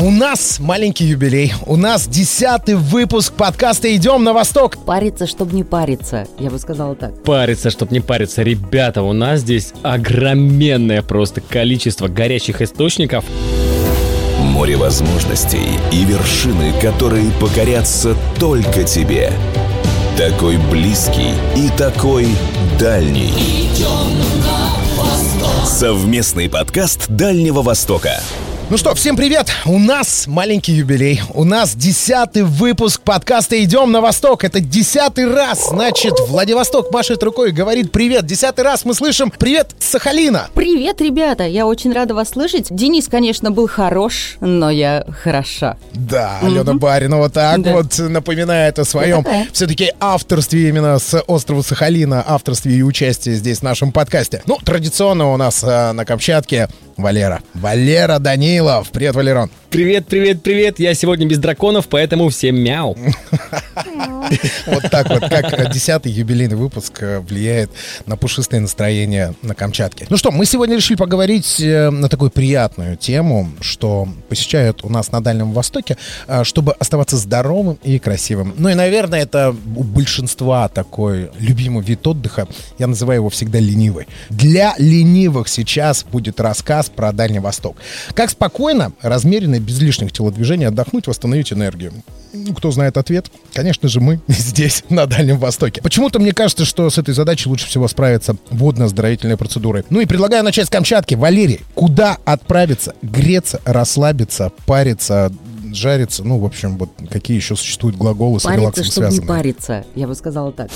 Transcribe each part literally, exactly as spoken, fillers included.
У нас маленький юбилей. У нас десятый выпуск подкаста «Идем на восток». Париться, чтоб не париться, я бы сказала так. Париться, чтоб не париться. Ребята, у нас здесь огроменное просто количество горячих источников. Море возможностей и вершины, которые покорятся только тебе. Такой близкий и такой дальний. Совместный подкаст Дальнего Востока. Ну что, всем привет! У нас маленький юбилей. У нас десятый выпуск подкаста «Идем на восток». Это десятый раз, значит, Владивосток машет рукой и говорит привет. Десятый раз мы слышим привет с Сахалина. Привет, ребята! Я очень рада вас слышать. Денис, конечно, был хорош, но я хороша. Да, Алена Баринова так Да. вот напоминает о своем Да-да. все-таки авторстве именно с острова Сахалина, авторстве и участии здесь в нашем подкасте. Ну, традиционно у нас э, на Камчатке Валера. Валера Данилов. Привет, Валерон. Привет, привет, привет. Я сегодня без драконов, поэтому всем мяу. Вот так вот, как десятый юбилейный выпуск влияет на пушистое настроение на Камчатке. Ну что, мы сегодня решили поговорить на такую приятную тему, что посещают у нас на Дальнем Востоке, чтобы оставаться здоровым и красивым. Ну и, наверное, это у большинства такой любимый вид отдыха. Я называю его всегда ленивый. Для ленивых сейчас будет рассказ про Дальний Восток. Как спокойно, размеренно, без лишних телодвижений отдохнуть, восстановить энергию. Ну, кто знает ответ? Конечно же, мы здесь, на Дальнем Востоке. Почему-то мне кажется, что с этой задачей лучше всего справиться водно-оздоровительной процедурой. Ну и предлагаю начать с Камчатки. Валерий, куда отправиться? Греться, расслабиться, париться, жариться? Ну, в общем, вот какие еще существуют глаголы с Париться, релаксом чтоб не связанные? париться, я бы сказала так.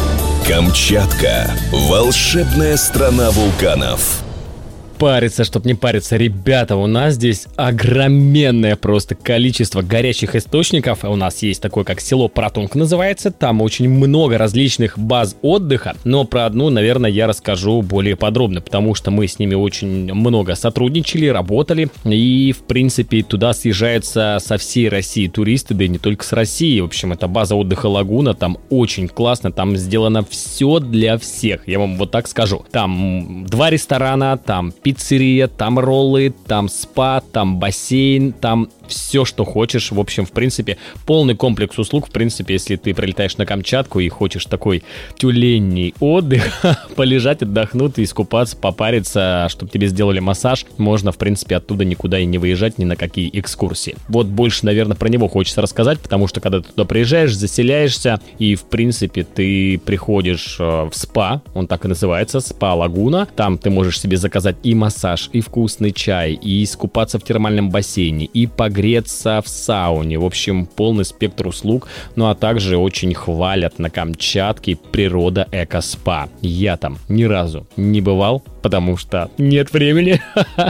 Камчатка. Волшебная страна вулканов. Париться, чтоб не париться. Ребята, у нас здесь огроменное просто количество горячих источников. У нас есть такое, как село Протонг называется. Там очень много различных баз отдыха. Но про одну, наверное, я расскажу более подробно, потому что мы с ними очень много сотрудничали, работали. И, в принципе, туда съезжаются со всей России туристы, да и не только с России. В общем, это база отдыха Лагуна. Там очень классно. Там сделано все для всех. Я вам вот так скажу. Там два ресторана, там пиццерия, там роллы, там спа, там бассейн, там все, что хочешь. В общем, в принципе, полный комплекс услуг. В принципе, если ты прилетаешь на Камчатку и хочешь такой тюленний отдых, полежать, отдохнуть, искупаться, попариться, чтобы тебе сделали массаж, можно, в принципе, оттуда никуда и не выезжать, ни на какие экскурсии. Вот больше, наверное, про него хочется рассказать, потому что, когда ты туда приезжаешь, заселяешься, и, в принципе, ты приходишь в спа, он так и называется, спа-лагуна. Там ты можешь себе заказать и массаж, и вкусный чай, и искупаться в термальном бассейне, и погреться в сауне. В общем, полный спектр услуг. Ну а также очень хвалят на Камчатке природа эко-спа. Я там ни разу не бывал, потому что нет времени.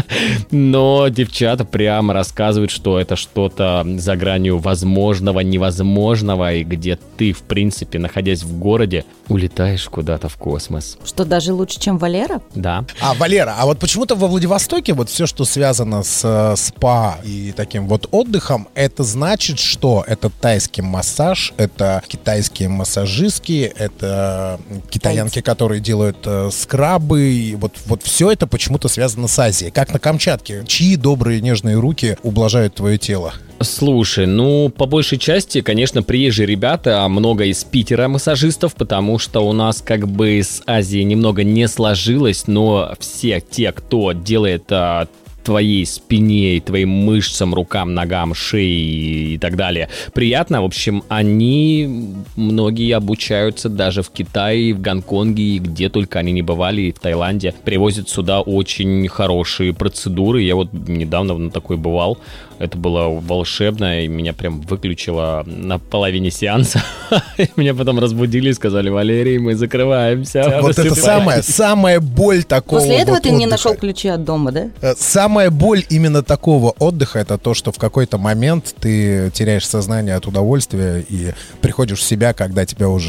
Но девчата прямо рассказывают, что это что-то за гранью возможного, невозможного, и где ты, в принципе, находясь в городе, улетаешь куда-то в космос. Что, даже лучше, чем Валера? Да. А, Валера, а вот почему-то во Владивостоке вот все, что связано с э, спа и таким вот отдыхом, это значит, что это тайский массаж, это китайские массажистки, это китаянки, которые делают э, скрабы, и вот, вот все это почему-то связано с Азией. Как на Камчатке. Чьи добрые нежные руки ублажают твое тело? Слушай, ну, по большей части, конечно, приезжие ребята, много из Питера массажистов, потому что у нас как бы с Азией немного не сложилось, но все те, кто делает а, твоей спине и твоим мышцам, рукам, ногам, шее и так далее приятно. В общем, они, многие обучаются даже в Китае, в Гонконге, и где только они не бывали, и в Таиланде. Привозят сюда очень хорошие процедуры. Я вот недавно на такой бывал. Это было волшебно, и меня прям выключило на половине сеанса. Меня потом разбудили и сказали: Валерий, мы закрываемся. Вот это самая, самая боль такого После этого вот ты не отдыха. нашел ключи от дома, да? Самая боль именно такого отдыха — это то, что в какой-то момент ты теряешь сознание от удовольствия и приходишь в себя, когда тебя уже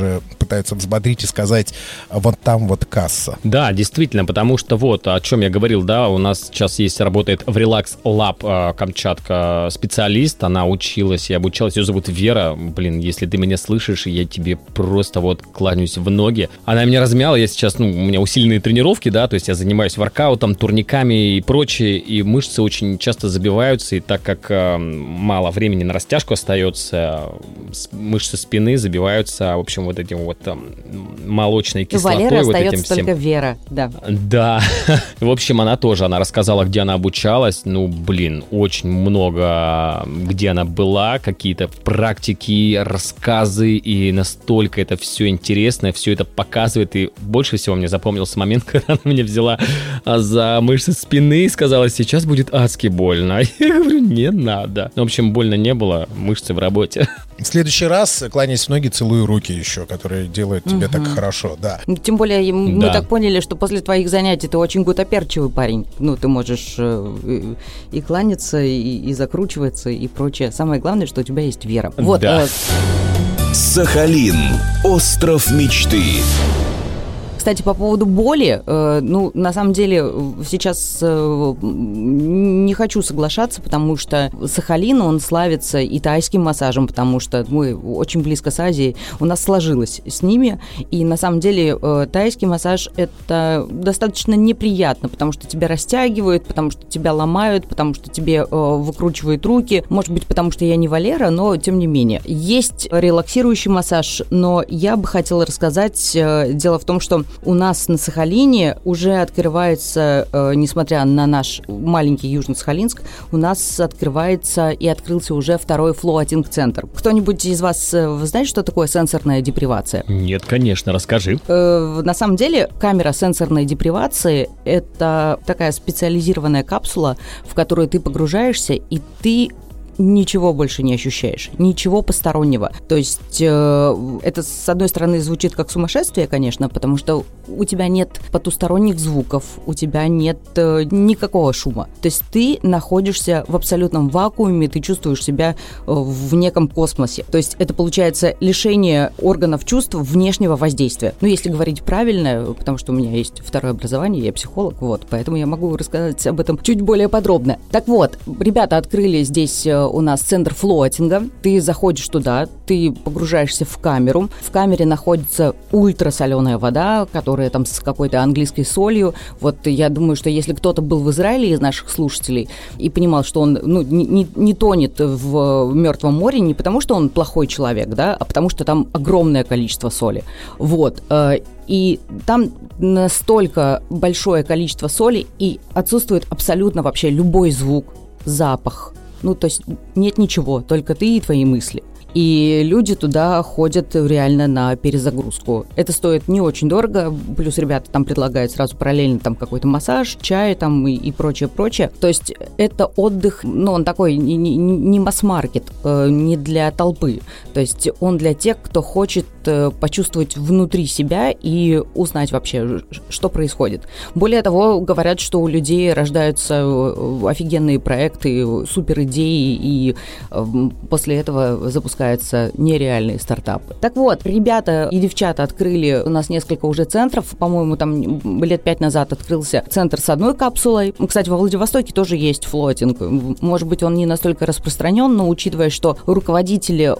пытаются взбодрить и сказать, вот там вот касса. Да, действительно, потому что вот о чем я говорил, да, у нас сейчас есть, работает в Relax Lab Камчатка специалист, она училась и обучалась, ее зовут Вера. Блин, если ты меня слышишь, я тебе просто вот кланяюсь в ноги. Она меня размяла, я сейчас, ну, у меня усиленные тренировки, да, то есть я занимаюсь воркаутом, турниками и прочее, и мышцы очень часто забиваются, и так как э, мало времени на растяжку остается, мышцы спины забиваются, в общем, вот этим вот там молочной кислотой. Валера вот остается этим всем. только Вера, да. Да. В общем, она тоже, она рассказала, где она обучалась. Ну, блин, очень много, где она была, какие-то практики, рассказы, и настолько это все интересно, все это показывает. И больше всего мне запомнился момент, когда она меня взяла за мышцы спины и сказала, сейчас будет адски больно. Я говорю, не надо. В общем, больно не было, мышцы в работе. В следующий раз, кланяясь в ноги, целую руки еще, которые делают тебе угу. так хорошо, да. Тем более, мы да. так поняли, что после твоих занятий ты очень гутоперчивый парень. Ну, ты можешь э, и кланяться, и, и закручиваться, и прочее. Самое главное, что у тебя есть вера. Вот. Да. Э... Сахалин. Остров мечты. Кстати, по поводу боли, э, ну, на самом деле, сейчас э, не хочу соглашаться, потому что Сахалин, он славится и тайским массажем, потому что мы очень близко с Азией, у нас сложилось с ними, и на самом деле э, тайский массаж – это достаточно неприятно, потому что тебя растягивают, потому что тебя ломают, потому что тебе э, выкручивают руки, может быть, потому что я не Валера, но тем не менее. Есть релаксирующий массаж, но я бы хотела рассказать, э, дело в том, что у нас на Сахалине уже открывается, э, несмотря на наш маленький Южно-Сахалинск, у нас открывается и открылся уже второй флоатинг-центр. Кто-нибудь из вас э, знает, что такое сенсорная депривация? Нет, конечно, расскажи. Э, на самом деле, камера сенсорной депривации – это такая специализированная капсула, в которую ты погружаешься, и ты ничего больше не ощущаешь, ничего постороннего. То есть э, это, с одной стороны, звучит как сумасшествие, конечно, потому что у тебя нет потусторонних звуков, у тебя нет э, никакого шума. То есть ты находишься в абсолютном вакууме, ты чувствуешь себя э, в неком космосе. То есть это, получается, лишение органов чувств внешнего воздействия. Ну, если говорить правильно, потому что у меня есть второе образование, я психолог, вот, поэтому я могу рассказать об этом чуть более подробно. Так вот, ребята открыли здесь у нас центр флоатинга. Ты заходишь туда, ты погружаешься в камеру. В камере находится ультрасоленая вода, которая там с какой-то английской солью. Вот я думаю, что если кто-то был в Израиле из наших слушателей и понимал, что он ну, не, не, не тонет в Мертвом море не потому, что он плохой человек, да, а потому что там огромное количество соли. Вот. И там настолько большое количество соли, и отсутствует абсолютно вообще любой звук, запах. Ну, то есть нет ничего, только ты и твои мысли. И люди туда ходят реально на перезагрузку. Это стоит не очень дорого, плюс ребята там предлагают сразу параллельно там какой-то массаж, чай там и, и прочее, прочее. То есть это отдых, ну, он такой не, не, не масс-маркет, э, не для толпы. То есть он для тех, кто хочет э, почувствовать внутри себя и узнать вообще, что происходит. Более того, говорят, что у людей рождаются офигенные проекты, супер идеи, и э, после этого запускаются нереальные стартапы. Так вот, ребята и девчата открыли у нас несколько уже центров. По-моему, там лет пять назад открылся центр с одной капсулой. Кстати, во Владивостоке тоже есть флотинг. Может быть, он не настолько распространен, но учитывая, что руководители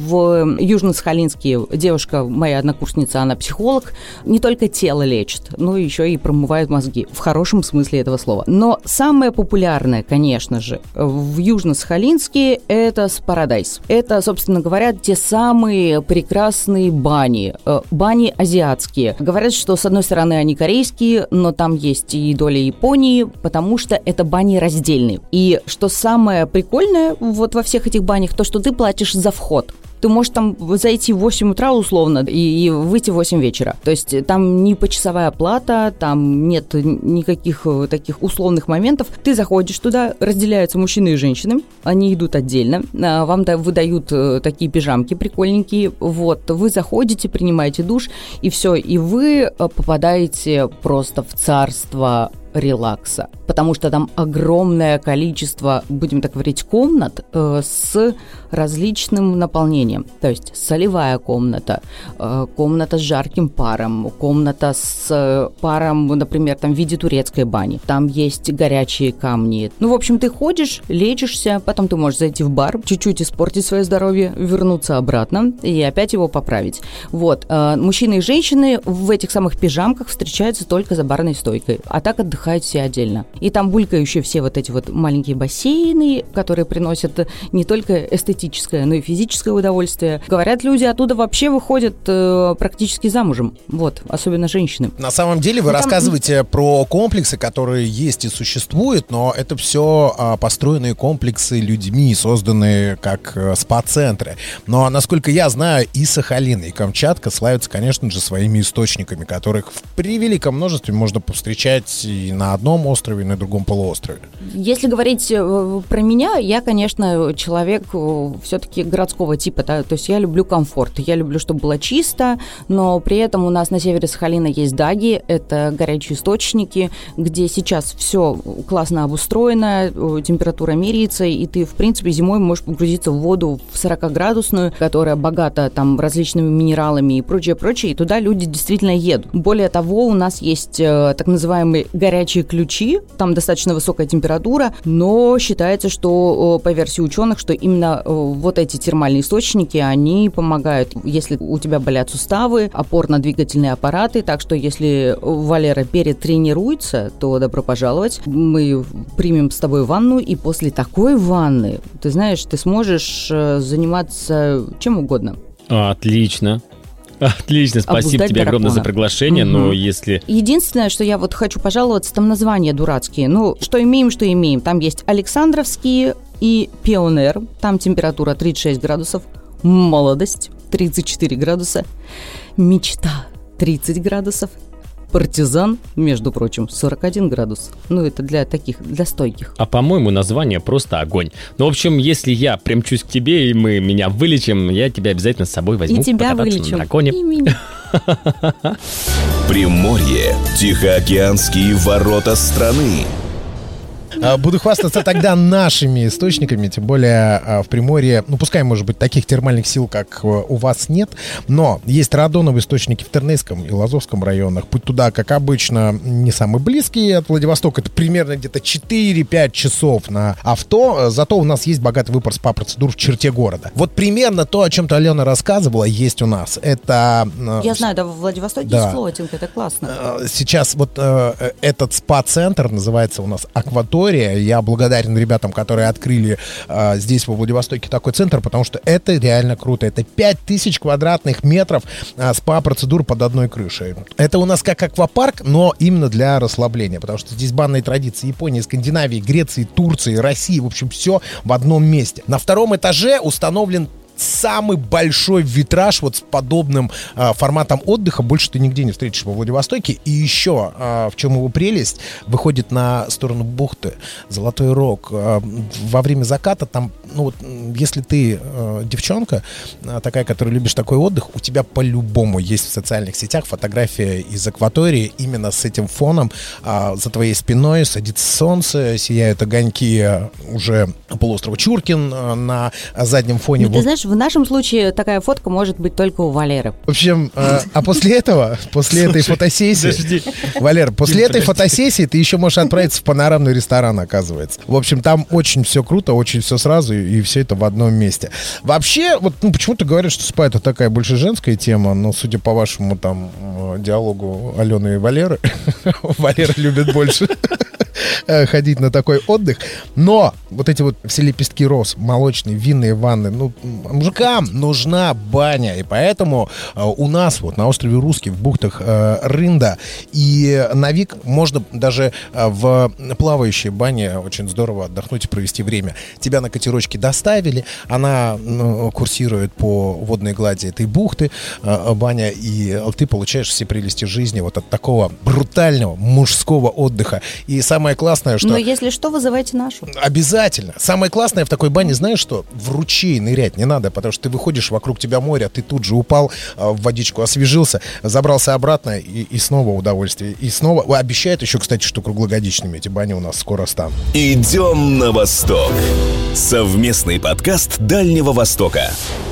в Южно-Сахалинске, девушка, моя однокурсница, она психолог, не только тело лечит, но еще и промывает мозги. В хорошем смысле этого слова. Но самое популярное, конечно же, в Южно-Сахалинске это Paradise. Это, собственно говоря, те самые прекрасные бани, э, бани азиатские. Говорят, что с одной стороны они корейские, но там есть и доля Японии, потому что это бани раздельные. И что самое прикольное вот во всех этих банях, то, что ты платишь за вход. Ты можешь там зайти в восемь утра условно и, и выйти в восемь вечера. То есть там не почасовая оплата, там нет никаких таких условных моментов. Ты заходишь туда, разделяются мужчины и женщины, они идут отдельно, вам выдают такие пижамки прикольненькие, вот, вы заходите, принимаете душ, и все, и вы попадаете просто в царство релакса, потому что там огромное количество, будем так говорить, комнат э, с различным наполнением. То есть солевая комната, э, комната с жарким паром, комната с э, паром, например, там в виде турецкой бани. Там есть горячие камни. Ну, в общем, ты ходишь, лечишься, потом ты можешь зайти в бар, чуть-чуть испортить свое здоровье, вернуться обратно и опять его поправить. Вот. Э, мужчины и женщины в этих самых пижамках встречаются только за барной стойкой, а так отдыхают все отдельно. И там булькающие все вот эти вот маленькие бассейны, которые приносят не только эстетическое, но и физическое удовольствие. Говорят, люди оттуда вообще выходят э, практически замужем. Вот, особенно женщины. На самом деле вы ну, рассказываете там... про комплексы, которые есть и существуют, но это все а, построенные комплексы людьми, созданные как а, спа-центры. Но, насколько я знаю, и Сахалин, и Камчатка славятся, конечно же, своими источниками, которых в превеликом множестве можно повстречать и на одном острове, и на другом полуострове. Если говорить про меня, я, конечно, человек все-таки городского типа, да, то есть я люблю комфорт, я люблю, чтобы было чисто, но при этом у нас на севере Сахалина есть даги, это горячие источники, где сейчас все классно обустроено, температура меряется, и ты, в принципе, зимой можешь погрузиться в воду в сорокаградусную, которая богата там различными минералами и прочее, прочее, и туда люди действительно едут. Более того, у нас есть э, так называемые горячие ключи, там достаточно высокая температура, но считается, что э, по версии ученых, что именно э, вот эти термальные источники, они помогают, если у тебя болят суставы, опорно-двигательные аппараты, так что если Валера перетренируется, то добро пожаловать, мы примем с тобой ванну, и после такой ванны, ты знаешь, ты сможешь э, заниматься чем угодно. Отлично. Отлично, спасибо тебе огромное за приглашение, угу. но если... Единственное, что я вот хочу пожаловаться, там названия дурацкие. Ну, что имеем, что имеем. Там есть Александровские и Пионер, там температура тридцать шесть градусов, Молодость тридцать четыре градуса, Мечта тридцать градусов, Партизан, между прочим, сорок один градус. Ну, это для таких, для стойких. А, по-моему, название просто огонь. Ну, в общем, если я примчусь к тебе, и мы меня вылечим, я тебя обязательно с собой возьму. И тебя вылечим. На драконе. И меня. Приморье. Тихоокеанские ворота страны. Буду хвастаться тогда нашими источниками, тем более в Приморье, ну, пускай, может быть, таких термальных сил, как у вас, нет, но есть радоновые источники в Тернейском и Лазовском районах. Путь туда, как обычно, не самый близкий от Владивостока, это примерно где-то четыре-пять часов на авто, зато у нас есть богатый выбор спа-процедур в черте города. Вот примерно то, о чем-то Алена рассказывала, есть у нас. Это... Я знаю, да, в Владивостоке да. есть флотинг, это классно. Сейчас вот этот спа-центр называется у нас «Акватория». Я благодарен ребятам, которые открыли а, здесь, во Владивостоке, такой центр, потому что это реально круто. Это пять тысяч квадратных метров а, спа-процедур под одной крышей. Это у нас как аквапарк, но именно для расслабления, потому что здесь банные традиции Японии, Скандинавии, Греции, Турции, России, в общем, все в одном месте. На втором этаже установлен самый большой витраж вот с подобным а, форматом отдыха больше ты нигде не встретишь во Владивостоке. И еще, а, в чем его прелесть, выходит на сторону бухты, Золотой Рог. А, во время заката там, ну вот, если ты а, девчонка, а, такая, которая любишь такой отдых, у тебя по-любому есть в социальных сетях фотография из акватории именно с этим фоном. А, за твоей спиной садится солнце, сияют огоньки уже полуострова Чуркин а, на заднем фоне. Ну, ты знаешь, в нашем случае такая фотка может быть только у Валеры. В общем, э, а после этого, после этой фотосессии, Валер, после этой фотосессии ты еще можешь отправиться в панорамный ресторан, оказывается. В общем, там очень все круто, очень все сразу, и, и все это в одном месте. Вообще, вот ну, почему-то говорят, что спа — это такая больше женская тема, но судя по вашему там диалогу Алены и Валеры, Валера любит больше ходить на такой отдых. Но вот эти вот все лепестки роз, молочные, винные ванны, ну, мужикам нужна баня. И поэтому э, у нас вот на острове Русский, в бухтах э, Рында и Навик можно даже э, в плавающей бане очень здорово отдохнуть и провести время. Тебя на катерочке доставили, она ну, курсирует по водной глади этой бухты, э, баня, и ты получаешь все прелести жизни вот от такого брутального мужского отдыха. И самое классное, классное, что... Но если что, вызывайте нашу. Обязательно. Самое классное в такой бане, знаешь что? В ручей нырять не надо, потому что ты выходишь, вокруг тебя море, ты тут же упал в водичку, освежился, забрался обратно, и, и снова удовольствие. И снова... Обещают еще, кстати, что круглогодичными эти бани у нас скоро станут. Идем на восток. Совместный подкаст Дальнего Востока.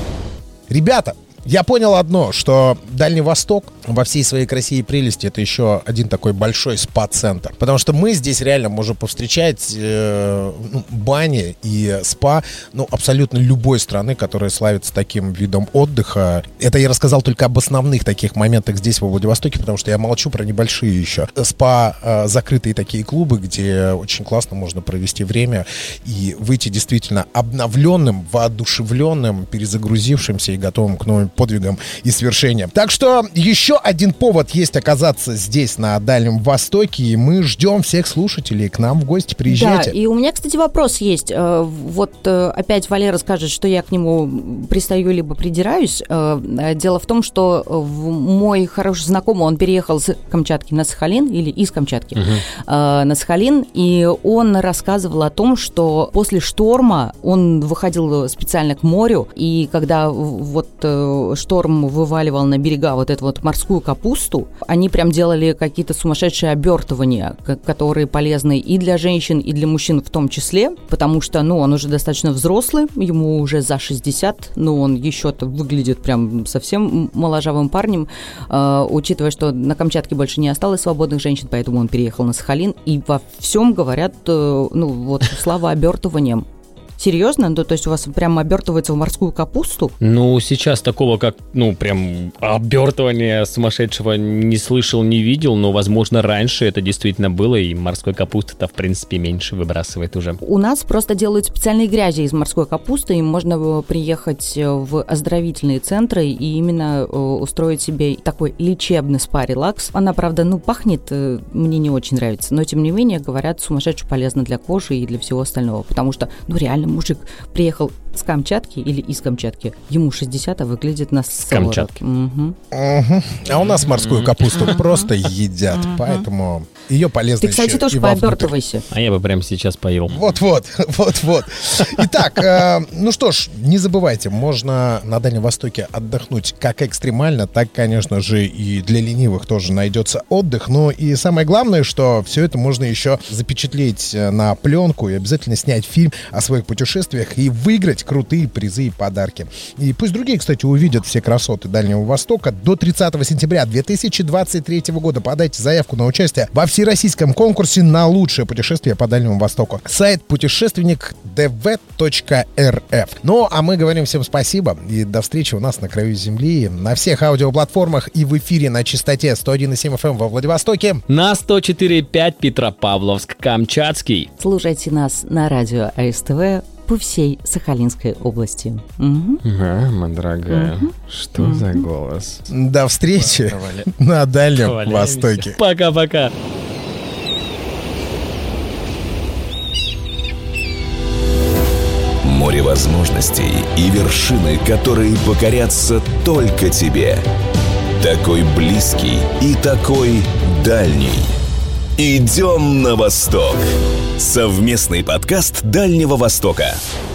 Ребята, я понял одно, что Дальний Восток во всей своей красе и прелести — это еще один такой большой спа-центр. Потому что мы здесь реально можем повстречать э, ну, бани и спа ну, абсолютно любой страны, которая славится таким видом отдыха. Это я рассказал только об основных таких моментах здесь, во Владивостоке, потому что я молчу про небольшие еще. Спа, э, закрытые такие клубы, где очень классно можно провести время и выйти действительно обновленным, воодушевленным, перезагрузившимся и готовым к новым подвигам и свершениям. Так что еще один повод есть оказаться здесь, на Дальнем Востоке, и мы ждем всех слушателей к нам в гости. Приезжайте. Да, и у меня, кстати, вопрос есть. Вот опять Валера скажет, что я к нему пристаю либо придираюсь. Дело в том, что мой хороший знакомый, он переехал с Камчатки на Сахалин, или из Камчатки угу. на Сахалин, и он рассказывал о том, что после шторма он выходил специально к морю, и когда вот шторм вываливал на берега вот эту вот морскую капусту, они прям делали какие-то сумасшедшие обертывания, которые полезны и для женщин, и для мужчин в том числе, потому что, ну, он уже достаточно взрослый, ему уже за шестьдесят, но он еще-то выглядит прям совсем моложавым парнем, э, учитывая, что на Камчатке больше не осталось свободных женщин, поэтому он переехал на Сахалин, и во всем говорят, э, ну, вот, слава обертываниям. Серьезно? Ну, то есть у вас прям обертывается в морскую капусту? Ну, сейчас такого, как, ну, прям обертывания сумасшедшего не слышал, не видел, но, возможно, раньше это действительно было, и морской капусты-то, в принципе, меньше выбрасывает уже. У нас просто делают специальные грязи из морской капусты, и можно приехать в оздоровительные центры и именно устроить себе такой лечебный спа-релакс. Она, правда, ну, пахнет, мне не очень нравится, но, тем не менее, говорят, сумасшедше полезно для кожи и для всего остального, потому что, ну, реально, мужик приехал с Камчатки или из Камчатки, ему шестьдесят, а выглядит на с Камчатки. Угу. Угу. А у нас морскую капусту просто едят, поэтому ее полезно еще. Ты, кстати, тоже пообертывайся. А я бы прямо сейчас поел. Вот-вот, вот-вот. Итак, э, ну что ж, не забывайте, можно на Дальнем Востоке отдохнуть как экстремально, так, конечно же, и для ленивых тоже найдется отдых. Но и самое главное, что все это можно еще запечатлеть на пленку и обязательно снять фильм о своих путешествиях и выиграть крутые призы и подарки. И пусть другие, кстати, увидят все красоты Дальнего Востока. До тридцатого сентября две тысячи двадцать третьего года подайте заявку на участие во всероссийском конкурсе на лучшее путешествие по Дальнему Востоку. Сайт путешественник дэ вэ точка эр эф. Ну, а мы говорим всем спасибо и до встречи у нас на краю земли, на всех аудиоплатформах и в эфире на частоте сто один и семь эф эм во Владивостоке. На сто четыре и пять Петропавловск-Камчатский. Слушайте нас на радио а эс тэ вэ по всей Сахалинской области. Угу. Мама дорогая, угу. Что угу. за голос? До встречи Провали. на Дальнем Проваляемся. Востоке. Пока-пока. Море возможностей и вершины, которые покорятся только тебе. Такой близкий и такой дальний. Идем на восток. Совместный подкаст Дальнего Востока.